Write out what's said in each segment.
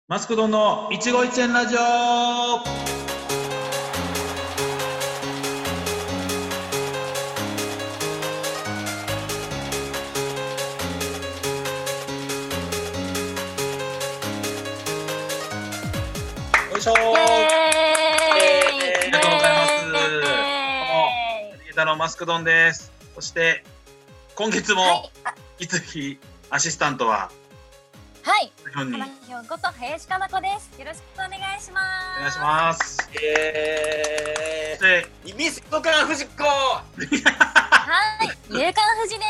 マスクドンの一期一会ラジオ。よいしょー。ありがとうございます。どうも、ナビゲーターのマスクドンです。そして今月もいつきアシスタントはかなひょんこと林かな子です。よろしくお願いします。 お願いします。 ミストカンフジコ。 はい、勇敢富士です。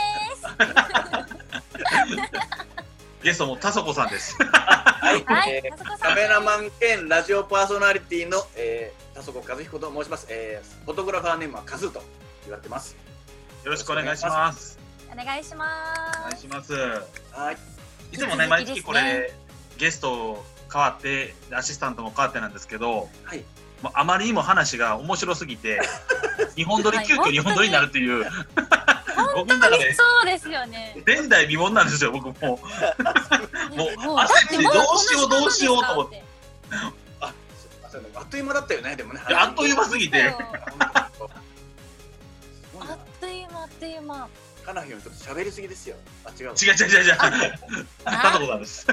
ゲストも田底さんです。 はい、 田底さんカメラマン兼ラジオパーソナリティの、田底和彦と申します。フォトグラファーネームはカズーと言われてます。 よろしくお願いします。 お願いします。 お願いします。 はい。 いつもね、毎月これゲスト変わってアシスタントも変わってなんですけど、 はい、 もうあまりにも話が面白すぎて日本撮り急遽日本撮りになるっていう本当にそうですよね。 前代未聞なんですよ。僕もう焦ってどうしようと思って。 あっという間だったよね。でもね、 あっという間すぎてあっという間。 かなひょんちょっと喋りすぎですよ。違う。 違う。田所さんです。田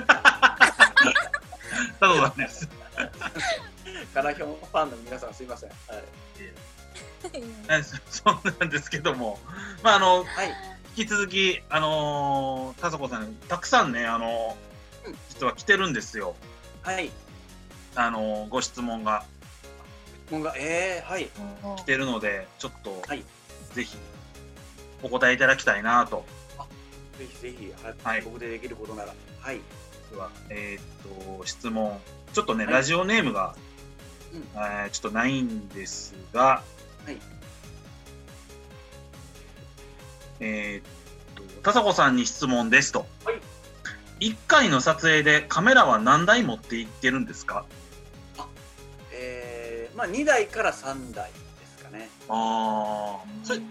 所さんです。 かなひょんファンの皆さんすいません。 はい。そうなんですけども、まあ引き続き田所さんにたくさんね実は来てるんですよ。 はい。 ご質問が。 はい。 来てるのでちょっと、 はい、 ぜひお答えいただきたいなと。 ぜひ、 はい、 僕でできることなら。はい。 では質問ちょっとね、はい、ラジオネームが、ちょっとないんですが、 はい、 田底さんに質問ですと。 はい、 1回の撮影でカメラは何台持っていってるんですか？ まあ2台から3台ですかね。 それ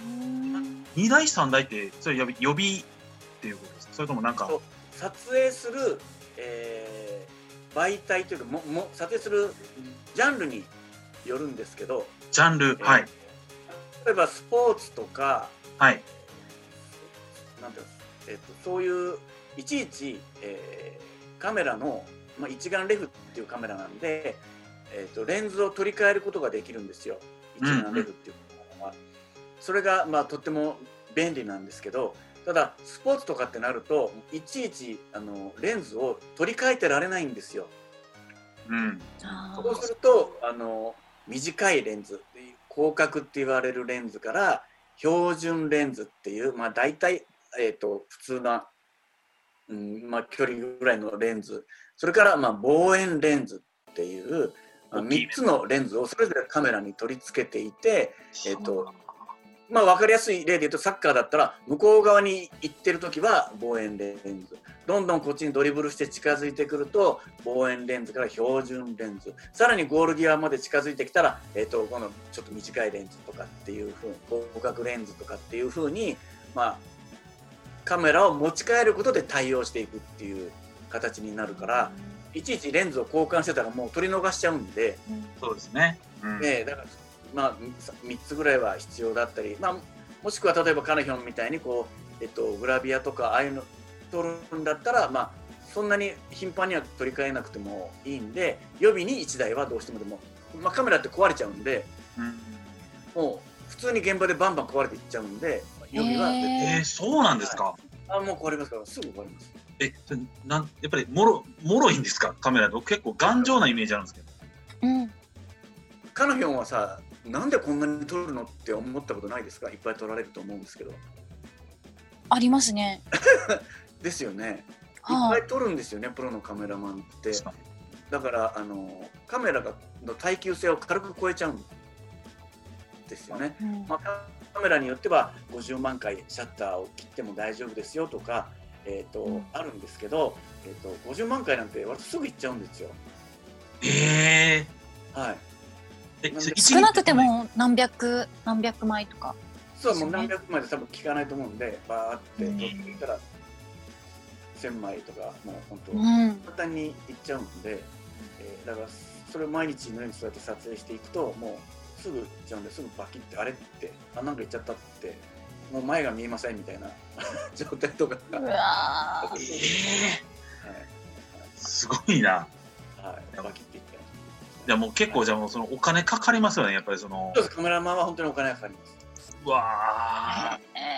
2台3台ってそれ予備っていうことですか？それともなんか撮影する、媒体というか撮影するジャンルによるんですけど、 ジャンル、はい、 例えばスポーツとか、 はい、 なんていうの、そういういちいち、カメラの、一眼レフっていうカメラなんで、レンズを取り替えることができるんですよ。一眼レフっていうのは、それがとっても便利なんですけど、ただスポーツとかってなるといちいちレンズを取り替えてられないんですよ。そうすると短いレンズ、広角って言われるレンズから標準レンズっていう、大体、普通な、距離ぐらいのレンズ、それから望遠レンズっていう3つのレンズをそれぞれカメラに取り付けていて、分かりやすい例で言うと、サッカーだったら向こう側に行ってる時は望遠レンズ、どんどんこっちにドリブルして近づいてくると望遠レンズから標準レンズ、さらにゴール際まで近づいてきたら、このちょっと短いレンズとかっていう風に広角レンズとかっていう風に、カメラを持ち替えることで対応していくっていう形になるから、いちいちレンズを交換してたらもう取り逃しちゃうんで、 そうですね、 だから3つぐらいは必要だったり、もしくは例えばカナヒョンみたいにこう、グラビアとかああいうの撮るんだったら、そんなに頻繁には取り替えなくてもいいんで、予備に1台はどうしてもでも、カメラって壊れちゃうんで、もう普通に現場でバンバン壊れていっちゃうんで、予備はそうなんですか。 もう壊れますから、すぐ壊れます。 やっぱりもろいんですか？カメラと結構頑丈なイメージあるんですけど。 カナヒョンはさ、なんでこんなに撮るのって思ったことないですか？いっぱい撮られると思うんですけど。 ありますね。 ですよね。いっぱい撮るんですよね、プロのカメラマンって。だからカメラの耐久性を軽く超えちゃうんですよね。カメラによっては50万回シャッターを切っても大丈夫ですよとか、あるんですけど、50万回なんて割とすぐ行っちゃうんですよ。はい。 少なくても何百枚とか。 そう、もう何百枚で多分効かないと思うんで、バーって撮っていったら1000枚とか、もう本当簡単にいっちゃうんで、 だからそれを毎日のようにそうやって撮影していくともうすぐ行っちゃうんですぐバキってあれってなんか行っちゃったってもう前が見えませんみたいな状態とかが、 はい、 すごいな。 はい、バキっていっちゃう。 じゃあもう結構じゃあもうそのお金かかりますよねやっぱりその。 そうです、カメラマンは本当にお金がかかります。 うわ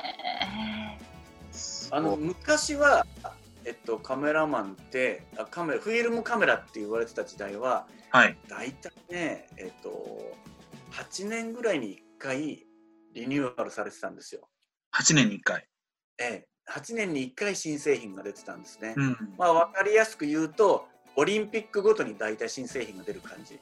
昔はカメラマンってフィルムカメラって言われてた時代は、 はい、 だいたいね8年ぐらいに1回リニューアルされてたんですよ。 8年に1回。 8年に1回新製品が出てたんですね。 うん、 まあ分かりやすく言うとオリンピックごとに大体新製品が出る感じ。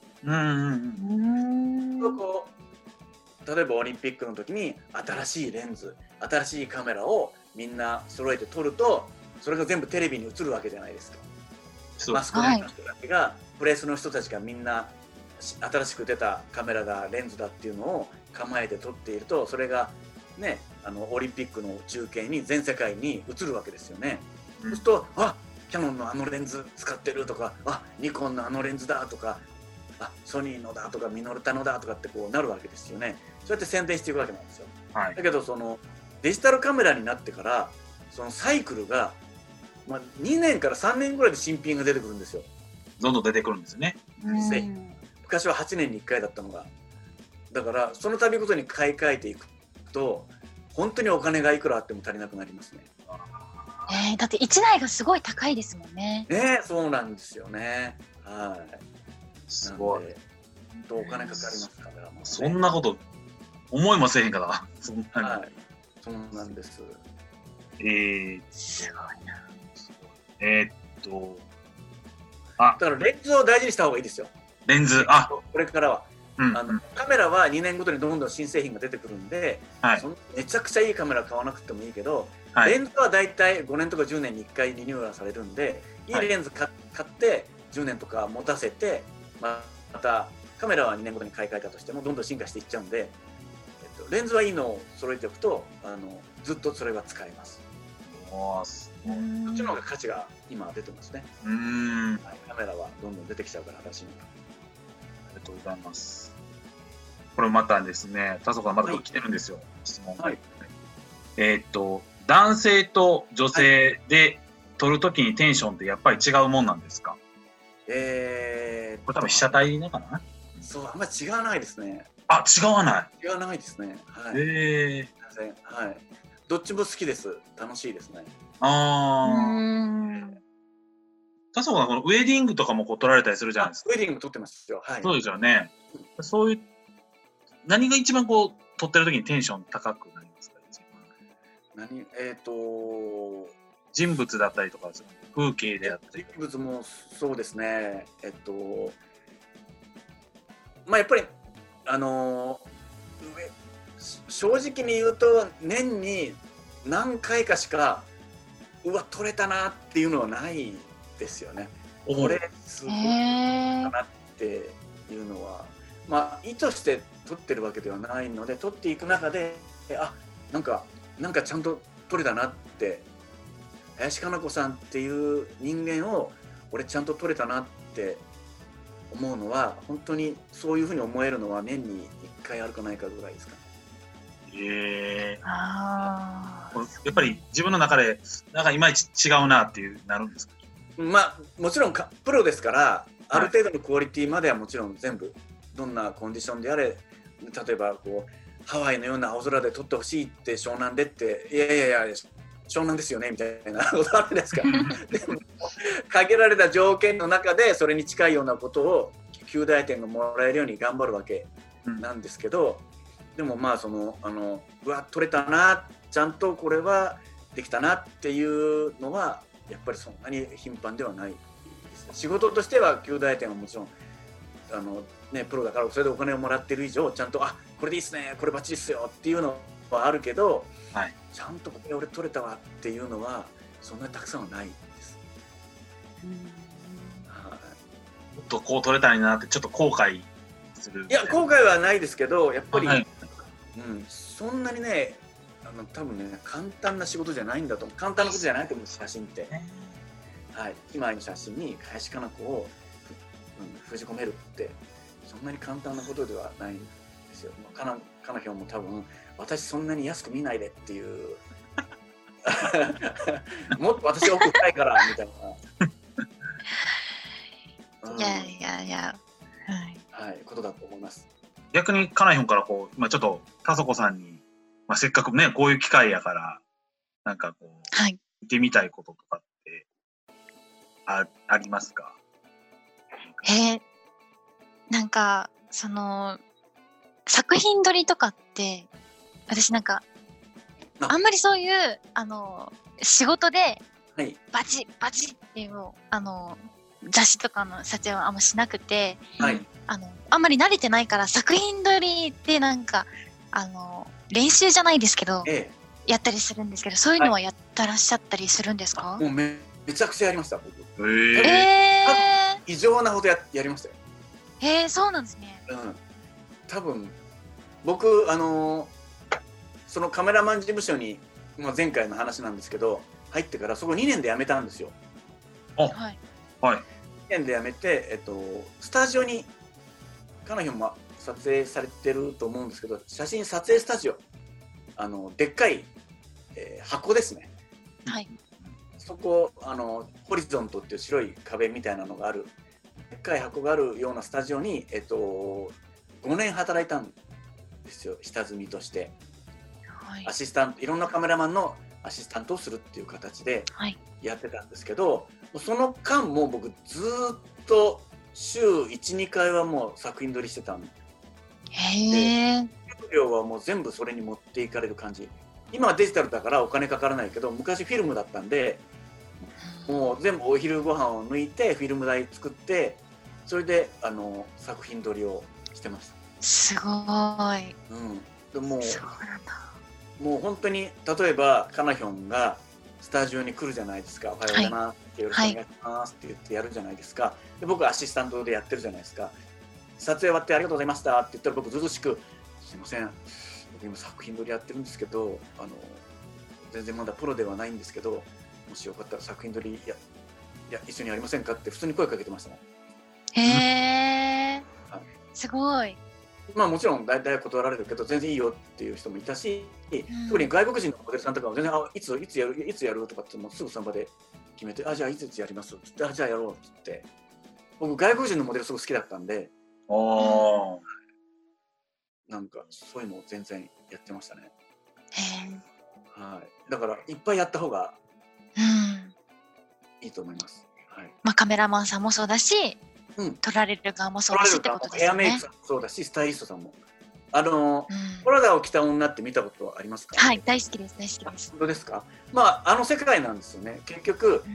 こう例えばオリンピックの時に新しいレンズ新しいカメラをみんな揃えて撮るとそれが全部テレビに映るわけじゃないですか。マスコミの人たちが、プレスの人たちがみんな新しく出たカメラだレンズだっていうのを構えて撮っているとそれがねオリンピックの中継に全世界に映るわけですよね。そうするとキヤノンのあのレンズ使ってるとかニコンのあのレンズだとかソニーのだとかミノルタのだとかってこうなるわけですよね。そうやって宣伝していくわけなんですよ。はい、だけどそのデジタルカメラになってからそのサイクルが、2年から3年ぐらいで新品が出てくるんですよ。 どんどん出てくるんですね。 昔は8年に1回だったのがだからその度ごとに買い替えていくと本当にお金がいくらあっても足りなくなりますね。 だって1台がすごい高いですもんね。 そうなんですよね。はい。 すごい。 お金かかりますカメラも、ね。 そんなこと思いもせえへんから。そんなに。 はい。そうなんです。 すごいな。 だからレンズを大事にした方がいいですよ。 レンズこれからは。カメラは2年ごとにどんどん新製品が出てくるんで、めちゃくちゃいいカメラ買わなくてもいいけど、レンズはだいたい5年とか10年に1回リニューアルされるんでいいレンズ買って10年とか持たせて、またカメラは2年ごとに買い替えたとしてもどんどん進化していっちゃうんで、レンズはいいのを揃えておくとずっとそれは使えます。そっちの方が価値が今出てますね。カメラはどんどん出てきちゃうから新しいのが。 ありがとうございます。これまたですね、田底さんまだ来てるんですよ、質問が。男性と女性で撮るときにテンションってやっぱり違うもんなんですか？これ多分被写体のかな？ そう、あんまり違わないですね。 違わない？ 違わないですね。はい。はい。どっちも好きです。楽しいですね。 田底さんこのウェディングとかもこう撮られたりするじゃないですか。 ウェディング撮ってますよ。はい。 そうですよね。そういう何が一番こう撮ってるときにテンション高くなりますか？人物だったりとか風景であったり。 人物もそうですね。やっぱり正直に言うと年に何回かしか撮れたなっていうのはないですよね。これすごいかなっていうのは意図して撮ってるわけではないので撮っていく中でなんかちゃんと撮れたなって林加奈子さんっていう人間を俺ちゃんと撮れたなって思うのは本当にそういうふうに思えるのは年に1回あるかないかぐらいですかね。 やっぱり自分の中でなんかいまいち違うなっていうなるんですか？ もちろんプロですからある程度のクオリティまではもちろん全部どんなコンディションであれ例えばこうハワイのような青空で撮ってほしいって湘南でっていや湘南ですよねみたいなことあるじゃないですか。でも限られた条件の中でそれに近いようなことを9大点がもらえるように頑張るわけなんですけど、でも撮れたなちゃんとこれはできたなっていうのはやっぱりそんなに頻繁ではないですね。仕事としては9大点はもちろんプロだからそれでお金をもらってる以上ちゃんとこれでいいっすねこれバッチリっすよっていうのはあるけど、ちゃんとこれ俺取れたわっていうのはそんなにたくさんはないです。 もっとこう取れたらいいなってちょっと後悔する。 いや後悔はないですけどやっぱり、そんなにね多分ね簡単な仕事じゃないんだと思う。簡単なことじゃないと思う写真って。今の写真に林加奈子を封じ込めるってそんなに簡単なことではないんですよ。かなひょんも多分私そんなに安く見ないでっていうもっと私奥深いからみたいな、 いや、 はい、ことだと思います。 逆にかなひょんからこう、ちょっと田底さんに、せっかくねこういう機会やからなんかこう、 はい、 見てみたいこととかってありますか？ なんかその作品撮りとかって私なんかあんまりそういう仕事でバチバチっていう雑誌とかの撮影はあんましなくて、 はい、 あんまり慣れてないから作品撮りってなんか練習じゃないですけど、やったりするんですけど、そういうのはやってらっしゃったりするんですか？ もうめちゃくちゃやりました僕。異常なほどやりましたよ。 そうなんですね。 多分僕そのカメラマン事務所に、前回の話なんですけど入ってからそこ2年で辞めたんですよ。 はい。 2年で辞めて、スタジオにかなひょんも撮影されてると思うんですけど、写真撮影スタジオでっかい、箱ですね。 はい。 そこホリゾントっていう白い壁みたいなのがあるでっかい箱があるようなスタジオに、5年働いたんですよ、下積みとして。アシスタント、いろんなカメラマンのアシスタントをするっていう形でやってたんですけど、その間も僕ずっと週 1,2 回はもう作品撮りしてたんで、給料はもう全部それに持っていかれる感じ。今はデジタルだからお金かからないけど、昔フィルムだったんでもう全部お昼ご飯を抜いてフィルム台作って、それで作品撮りをしてました。 すごい。 でもう本当に例えばかなひょんがスタジオに来るじゃないですか。おはようございます、よろしくお願いしますって言ってやるじゃないですか。で僕はアシスタントでやってるじゃないですか。撮影終わってありがとうございましたって言ったら僕ずうずうしく、すいません、僕今作品撮りやってるんですけど全然まだプロではないんですけど、もしよかったら作品撮り一緒にやりませんかって普通に声かけてましたもん。 すごい。 もちろん大体断られるけど全然いいよっていう人もいたし、特に外国人のモデルさんとかは全然いつやるとかってもうすぐその場で決めて、じゃあいつやりますって言って、じゃあやろうって言って、僕外国人のモデルすごく好きだったんで、なんかそういうのを全然やってましたね。だからいっぱいやった方がいいと思います。 カメラマンさんもそうだし、撮られる側もそうだしってことですね。 ヘアメイクさんもそうだし、スタイリストさんも。プラダを着た女って見たことありますか？ はい、大好きです、大好きです。 本当ですか？世界なんですよね。結局、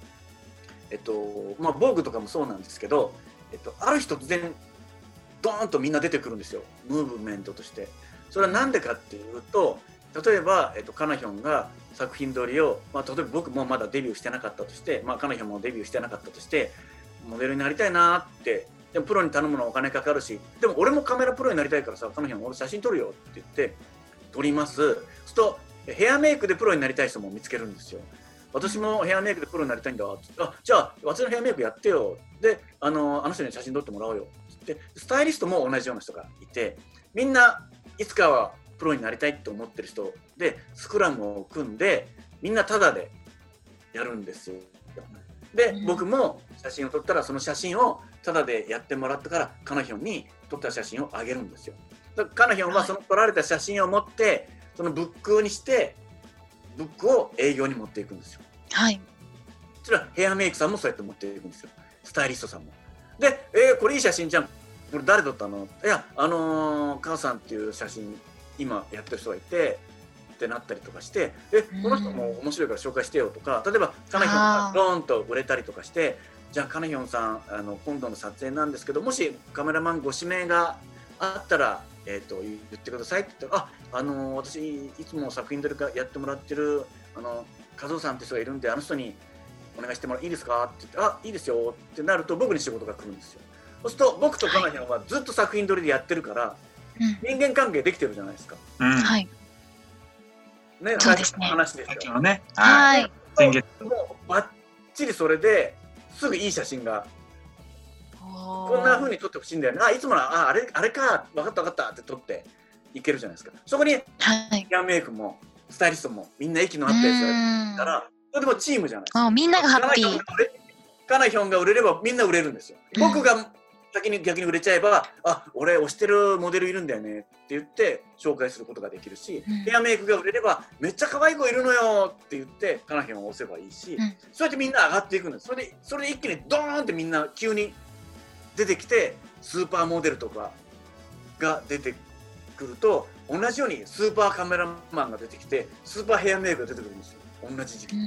ボーグとかもそうなんですけど、ある日突然ドーンとみんな出てくるんですよ、ムーブメントとして。それは何でかっていうと、例えば、かなひょんが作品撮りを、例えば僕もまだデビューしてなかったとして、かなひょんもデビューしてなかったとして、モデルになりたいなって、でもプロに頼むのはお金かかるし、でも俺もカメラプロになりたいからさ、かなひょん俺写真撮るよって言って撮ります。そうするとヘアメイクでプロになりたい人も見つけるんですよ。私もヘアメイクでプロになりたいんだって、じゃあ私のヘアメイクやってよ、であの人に写真撮ってもらおうよって。スタイリストも同じような人がいて、みんないつかはプロになりたいって思ってる人でスクラムを組んでみんなタダでやるんですよ。で僕も写真を撮ったらその写真をタダでやってもらってからかなひょんに撮った写真をあげるんですよ。だからかなひょんはその撮られた写真を持ってそのブックにしてブックを営業に持っていくんですよ。それはヘアメイクさんもそうやって持っていくんですよ、スタイリストさんも。で、これいい写真じゃん、これ誰撮ったの？いや母さんっていう写真今やってる人がいてってなったりとかして、この人も面白いから紹介してよとか、例えばかなひょんがドーンと売れたりとかして、じゃあかなひょんさん今度の撮影なんですけど、もしカメラマンご指名があったら、言ってくださいって言ったら、私いつも作品撮りやってもらってる和夫さんって人がいるんで、あの人にお願いしてもらっていいですかって言って、いいですよってなると僕に仕事が来るんですよ。そうすると僕とかなひょんはずっと作品撮りでやってるから、人間関係できてるじゃないですか。ね、 そうですね。 話ですよね。 はい。 もうバッチリそれですぐいい写真がこんな風に撮ってほしいんだよね。いつものあれか、分かったって撮っていけるじゃないですか。そこにヘアメイクもスタイリストもみんな息の合ったやつがいたら、それでもチームじゃないですか。 みんながハッピー。 カナヒョンが売れればみんな売れるんですよ。僕が先に逆に売れちゃえば、俺推してるモデルいるんだよねって言って紹介することができるし、ヘアメイクが売れればめっちゃ可愛い子いるのよって言ってカナヒョンを押せばいいし、そうやってみんな上がっていくんです。それで一気にドーンってみんな急に出てきて、スーパーモデルとかが出てくると同じようにスーパーカメラマンが出てきてスーパーヘアメイクが出てくるんですよ、同じ時期。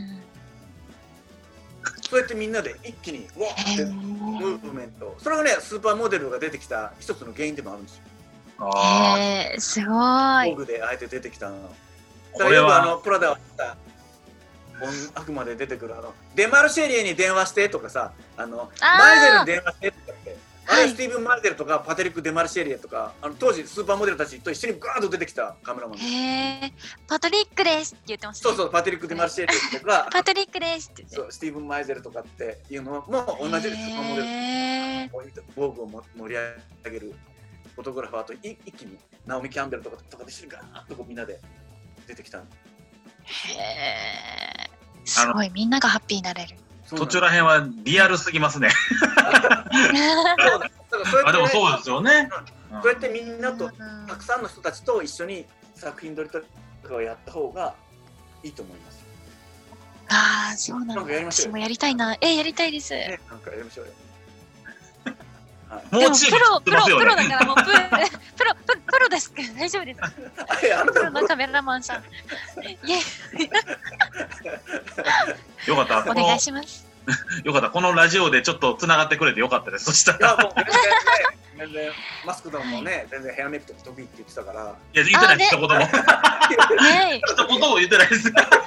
そうやってみんなで一気にわーってムーブメント、それがねスーパーモデルが出てきた一つの原因でもあるんですよ。 すごい。 工具であえて出てきたの。だからよくプラダをあくまで出てくるデマルシェリエに電話してとかさ、マイゼルに電話してとかって、スティーブン・マイゼルとかパテリック・デマルシェリエとか当時スーパーモデルたちと一緒にガーッと出てきたカメラマンです。 パトリックですって言ってました、ね。 そうパテリック・デマルシェリエとかパトリックですって言って、スティーブン・マイゼルとかっていうのも同じようにスーパーモデル防具を盛り上げるフォトグラファーと一気にナオミ・キャンベルとかで一緒にガーッとみんなで出てきた。 すごい、みんながハッピーになれる。 途中らへんはリアルすぎますね。でもそうですよね。 そうやってみんなとたくさんの人たちと一緒に作品撮りとかをやった方がいいと思います。 そうなんだ。私もやりたいな。やりたいです。 なんかやりましょうよ。 もうチームプロだからもうプロですから大丈夫です。プロのカメラマンさん。 よかった。 お願いします。 よかった。このラジオでちょっとつながってくれてよかったです。そしたら。 もう全然マスクドンもね、全然ヘアメイクとか得意って言ってたから。 いや、言ってないです。一言も。一言も言ってないです。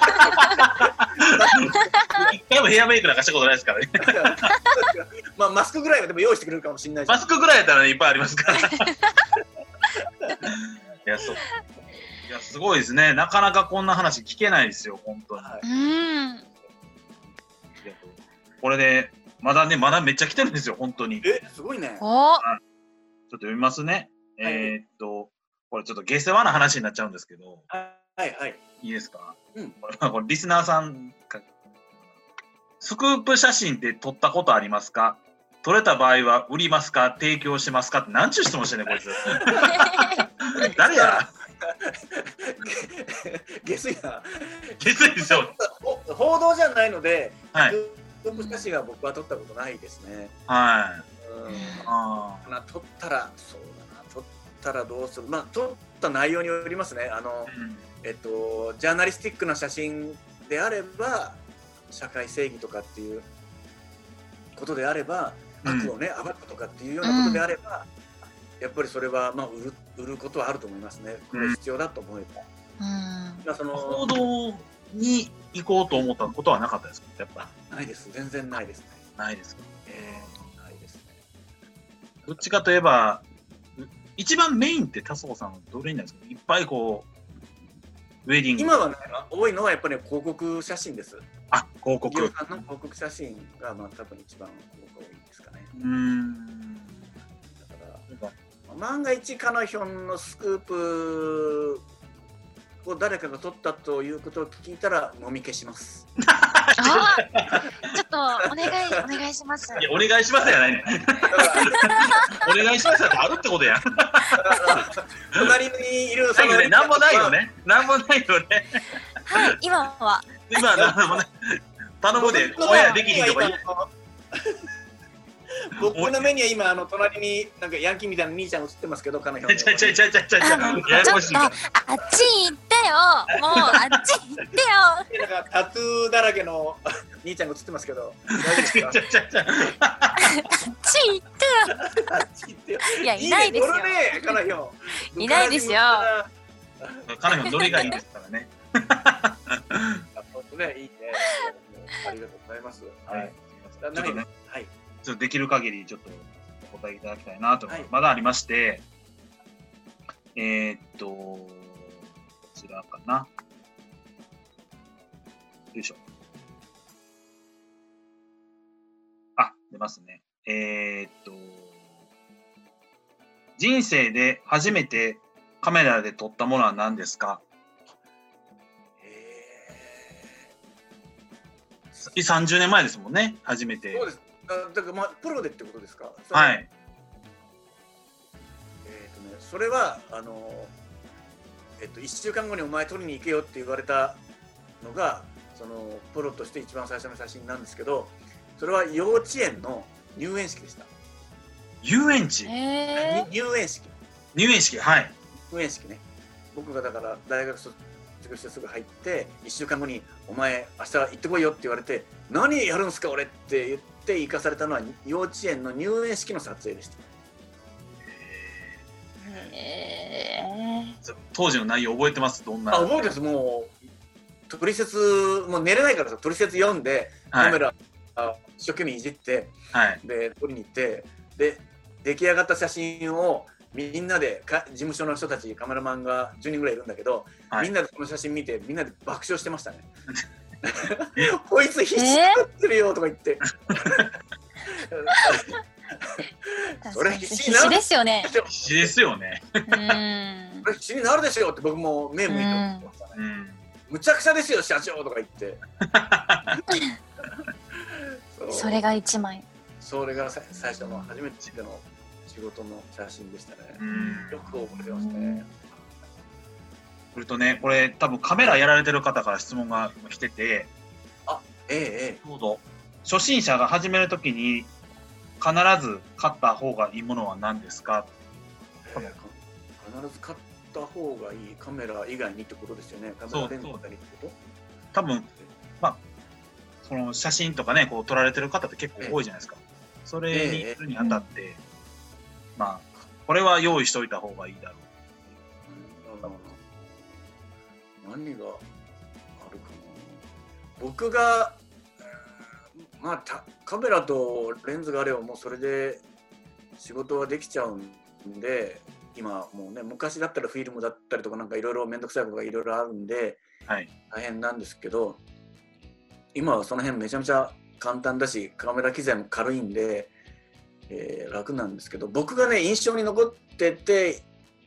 一回もヘアメイクなんかしたことないですからね。 マスクぐらいはでも用意してくれるかもしれないし。 マスクぐらいやったらいっぱいありますから。いや、すごいですね。なかなかこんな話聞けないですよ、本当に。これでまだめっちゃ来てるんですよ、本当に。 すごいね。 ちょっと読みますね。これちょっと下世話な話になっちゃうんですけど。いいですか？これリスナーさんが、スクープ写真って撮ったことありますか？撮れた場合は売りますか？提供しますか？ってなんちゅう質問してんねんこいつ。誰や？ 下水な。 下水ですよ。 報道じゃないので、スクープ写真は僕は撮ったことないですね。撮ったらそうだな。撮ったらどうする？撮った内容によりますね。ジャーナリスティックな写真であれば、社会正義とかっていうことであれば、悪をね暴くとかっていうようなことであれば、やっぱりそれは売ることはあると思いますね。これ必要だと思えば。 報道に行こうと思ったことはなかったですか？やっぱないです。全然ないですね。 ないですか？ ないですね。 どっちかといえば一番メインって田荘さんはどれになるんですか？いっぱいこうウェディング。 今はね、多いのはやっぱり広告写真です。 広告。 広告写真が多分一番多いですかね。だから万が一カナヒョンのスクープを誰かが撮ったということを聞いたらもみ消します。 ちょっとお願いします。 いや、お願いしますやないね。お願いしますやあるってことや。 隣にいるなんもないよね。なんもないよね。 はい、今は。 今なんもね。頼むで、親できひんとか言う。 僕の目には今隣になんかヤンキーみたいな兄ちゃん映ってますけど、彼女。 ちゃややこしい。 あっち行ってよ。もうあっち行ってよ。 なんかタトゥーだらけの兄ちゃんが映ってますけど。 あっち行ってよ。 あっち行ってよ。 いや、いないですよ。いないですよ。 彼女ノリがいいですからね。 本当ね、いいね。ありがとうございます。はい。 ちょっとね。はい。ちょっとできる限りちょっとお答えいただきたいなと思います。まだありまして、こちらかな。よいしょ。出ますね。 人生で初めてカメラで撮ったものは何ですか？30年前ですもんね、初めて。 そうです。だからまあプロでってことですか？ はい。 それは1週間後にお前撮りに行けよって言われたのがそのプロとして一番最初の写真なんですけど、それは幼稚園の入園式でした。 遊園地？ 入園式。 入園式、はい。 入園式ね。僕がだから大学卒業してすぐ入って1週間後に「お前明日行ってこいよ」って言われて「何やるんすか俺」って言って行かされたのは幼稚園の入園式の撮影でした。 当時の内容覚えてます？どんな？ 覚えてます。もうトリセツもう寝れないからさ、トリセツ読んでカメラ、一生懸命いじって、で撮りに行って、で出来上がった写真をみんなで事務所の人たちカメラマンが10人ぐらいいるんだけど、みんなでこの写真見てみんなで爆笑してましたね。こいつ必死になってるよとか言って。それ必死ですよね。 必死ですよね。 それ必死になるでしょって僕も目向いてましたね。むちゃくちゃですよ社長とか言って。 それが1枚。 それが最初の初めての仕事の写真でしたね。よく覚えてますね。 それとね、これ多分カメラやられてる方から質問が来てて、どうぞ。初心者が始めるときに必ず買った方がいいものは何ですか？ 必ず買った方がいいカメラ以外にってことですよね。カメラレンズ以外にってこと？ 多分まあその写真とかねこう撮られてる方って結構多いじゃないですか。それにするにあたって、まあこれは用意しといた方がいいだろう。何があるかな。僕がまあカメラとレンズがあればもうそれで仕事はできちゃうんで、今もうね昔だったらフィルムだったりとかなんかいろいろ面倒くさいことがいろいろあるんで、大変なんですけど、今はその辺めちゃめちゃ簡単だしカメラ機材も軽いんで、楽なんですけど、僕がね印象に残ってて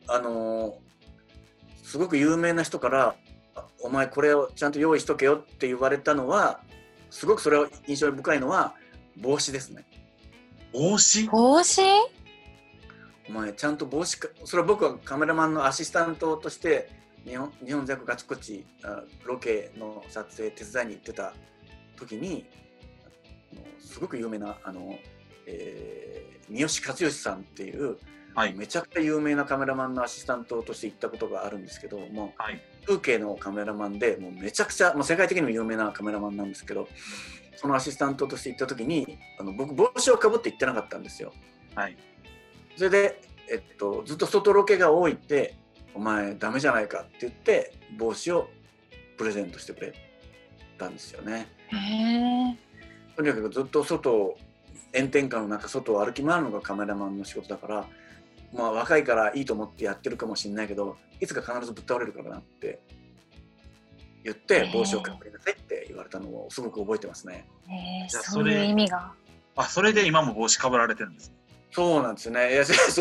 すごく有名な人から「お前これをちゃんと用意しとけよ」って言われたのは、すごくそれを印象深いのは帽子ですね。 帽子？ お前ちゃんと帽子か。それは僕はカメラマンのアシスタントとして日本全国あちこちロケの撮影手伝いに行ってた時にすごく有名な三好克義さんっていう、めちゃくちゃ有名なカメラマンのアシスタントとして行ったことがあるんですけども、風景のカメラマンでもうめちゃくちゃ、世界的にも有名なカメラマンなんですけど、そのアシスタントとして行った時に僕帽子をかぶって行ってなかったんですよ。それで、ずっと外ロケが多いって「お前ダメじゃないか」って言って帽子をプレゼントしてくれたんですよね。とにかくずっと炎天下の中外を歩き回るのがカメラマンの仕事だから、若いからいいと思ってやってるかもしれないけど、いつか必ずぶっ倒れるからなって言って帽子をかぶりなさいって言われたのをすごく覚えてますね。 そういう意味が。 それで今も帽子かぶられてるんです。 そうなんですね。いや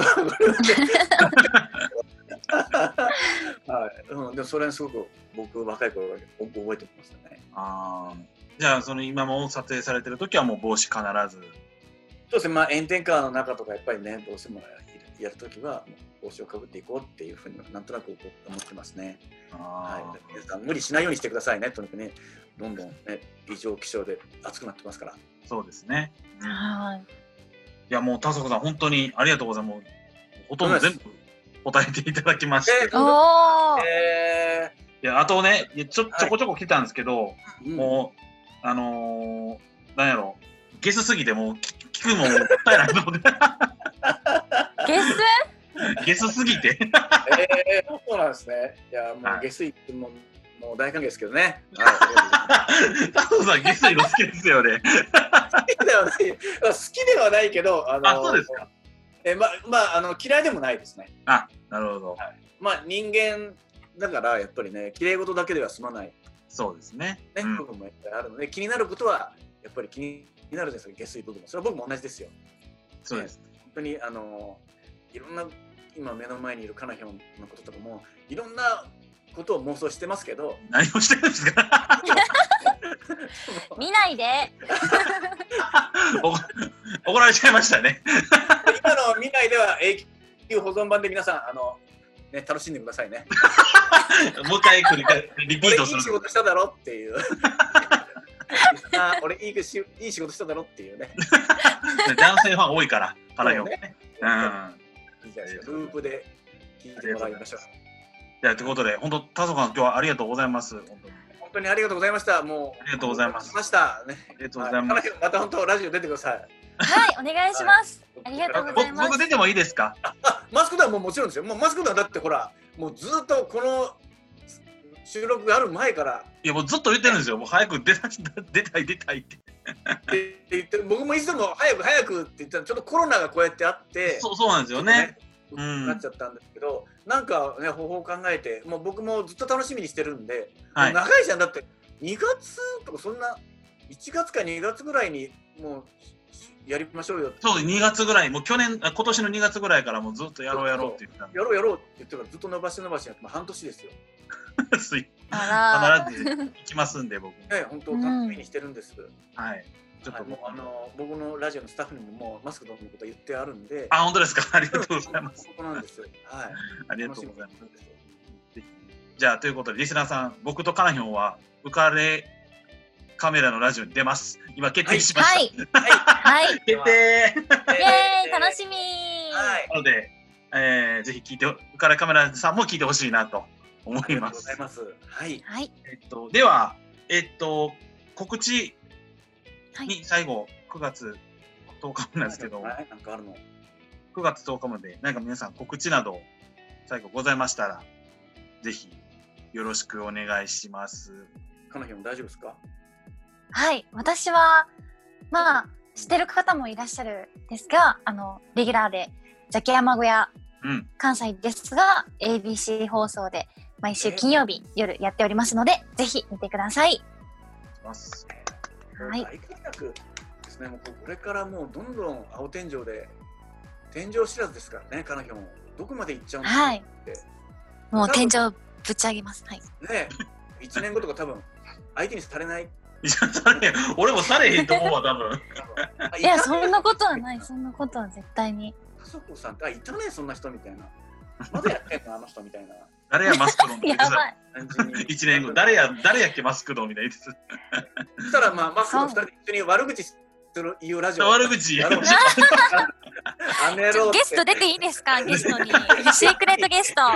でもそれはすごく僕若い頃覚えてましたね。 じゃあ今も撮影されてる時はもう帽子必ず？ そうですね。炎天下の中とかやっぱりねどうしてもやる時は帽子をかぶっていこうっていうふうになんとなく思ってますね。皆さん無理しないようにしてくださいね。とにかくねどんどんね異常気象で暑くなってますから。 そうですね。いやもう田底さん本当にありがとうございます。ほとんど全部答えていただきまして。いやあとねちょこちょこ来たんですけど、もうなんやろゲスすぎてもう聞くのもったいないと思って。ゲスすぎて。 そうなんですね。いやもうゲスいってもう大歓迎ですけどね。 田底さんゲスいの好きですよね。 好きではないけど、 そうですか。 嫌いでもないですね。 なるほど。 人間だからやっぱりね、綺麗事だけでは済まない。 そうですね。 部分もやっぱりあるので、気になることはやっぱり気になるじゃないですか、下水部分も。それは僕も同じですよ。 そうです。 本当にいろんな今目の前にいるカナヒョンのこととかもいろんなことを妄想してますけど、 何をしてるんですか見ないで怒られちゃいましたね今の見ないでは永久保存版で皆さんね、楽しんでくださいねもう一回リピートする。 俺いい仕事しただろっていう俺いい仕事しただろっていうね男性ファン多いからカナヒョンね。 ループで聞いてもらいましょう。 じゃあということで、本当田底さん今日はありがとうございます。 本当にありがとうございました。もうありがとうございます。 ましたね。 ありがとうございます。 また本当ラジオ出てください。 はい、お願いします。ありがとうございます。 僕出てもいいですか？ マスクドはもちろんですよ。もうマスクドはだってほら、もうずっとこの収録がある前から。 いやもうずっと言ってるんですよ。もう早く出たいって。 言って僕もいつでも早くって言ったらちょっとコロナがこうやってあって。 そうなんですよね。 なっちゃったんですけど、なんかね方法を考えて、もう僕もずっと楽しみにしてるんで、はい、長いじゃん。だって2月とかそんな1月か2月ぐらいにもうやりましょうよって。 そう2月ぐらい、もう今年の2月ぐらいからもうずっとやろうって言ってたんで。 やろうって言ってからずっと伸ばしやってもう半年ですよ。 必ず行きますんで僕。 ね、本当楽しみにしてるんです。 はい。ちょっともう僕のラジオのスタッフにももうマスクドのこと言ってあるんで。 あ、本当ですか。ありがとうございます。 そこなんです。はい。 ありがとうございます。じゃあということでリスナーさん、僕とカナヒョンは浮かれカメラのラジオに出ます。今決定しました。 はい決定。 イエーイ、楽しみ。 はい。 なので、ぜひ聞いて、浮かれカメラさんも聞いてほしいなと思います。 はい。 では告知に最後9月10日なんですけど、 なんかあるの ？9月10日まで何か皆さん告知など最後ございましたらぜひよろしくお願いします。 カナヒョン大丈夫ですか？ はい、私はまあ知ってる方もいらっしゃるんですが、レギュラーでザキヤマ小屋、関西ですが ABC 放送で毎週金曜日夜やっておりますので、ぜひ見てください。 はい。大活躍ですね。もうこれからもうどんどん青天井で天井知らずですからね。カナヒョンどこまで行っちゃうんですか。 はい。もう天井ぶち上げます。はい。 ね、1年後とか多分相手にされない。 俺もされへんと思うわ多分。 いやそんなことはない。そんなことは絶対に。 あそこさん、いたねそんな人みたいな。まだやってんのあの人みたいな。 誰やマスクドン。 やばい。 1年後誰やっけマスクドンみたいな。そしたらマスクの2人で一緒に悪口言うラジオ。 悪口やろう。 ゲスト出ていいですか？ゲストにシークレットゲスト。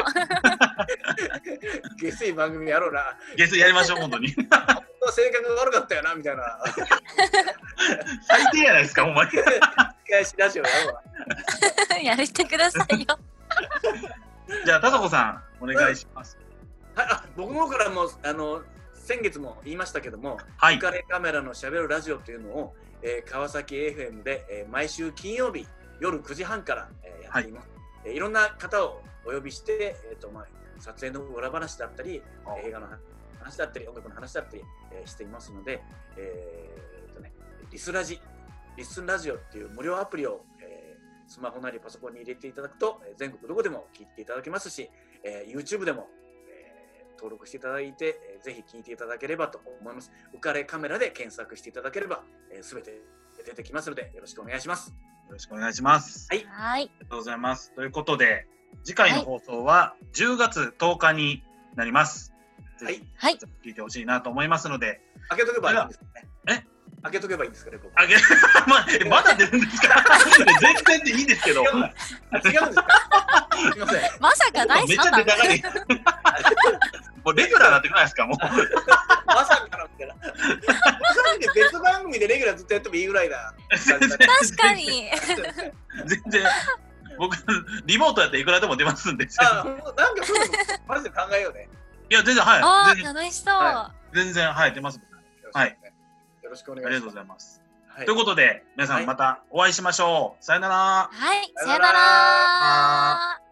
ゲスい番組やろうな。 ゲスやりましょう本当に。 性格悪かったよなみたいな。 最低やないですかほんまに。 返しラジオやろうな。やめてくださいよ。 じゃあ田底さんお願いします。 はい、僕の方からも先月も言いましたけども、浮かれカメラのしゃべるラジオというのを、川崎 FM で、毎週金曜日夜9時半から、やっています。いろんな方をお呼びして、撮影の裏話だったり、映画の話だったり音楽の話だったり、していますので、リスラジオっていう無料アプリを、スマホなりパソコンに入れていただくと、全国どこでも聞いていただけますし、YouTube でも、登録していただいて、ぜひ聞いていただければと思います。浮かれカメラで検索していただければ、すべて出てきますので、よろしくお願いします。 よろしくお願いします。 はい。 ありがとうございます。ということで、次回の放送は10月10日になります。 はい。 聞いてほしいなと思いますので。 開けとけばいいんですね。開けとけばいいんですかね、僕。 まだ出るんですか？全然でいいんですけど。違うんですか？すみません。 まさか第3弾。 めっちゃ出たがり。もうレギュラーになってくないですかもう。 まさかみたいな。別番組でレギュラーずっとやってもいいぐらいだ。 確かに。 全然。僕リモートやっていくらでも出ますんで。 なんかそういうのマジで考えようね。 いや全然はい。 ああ楽しそう。 全然はい出ます。はい。 よろしくお願いします。 ありがとうございます。ということで皆さんまたお会いしましょう。さよなら。 はい。さよなら。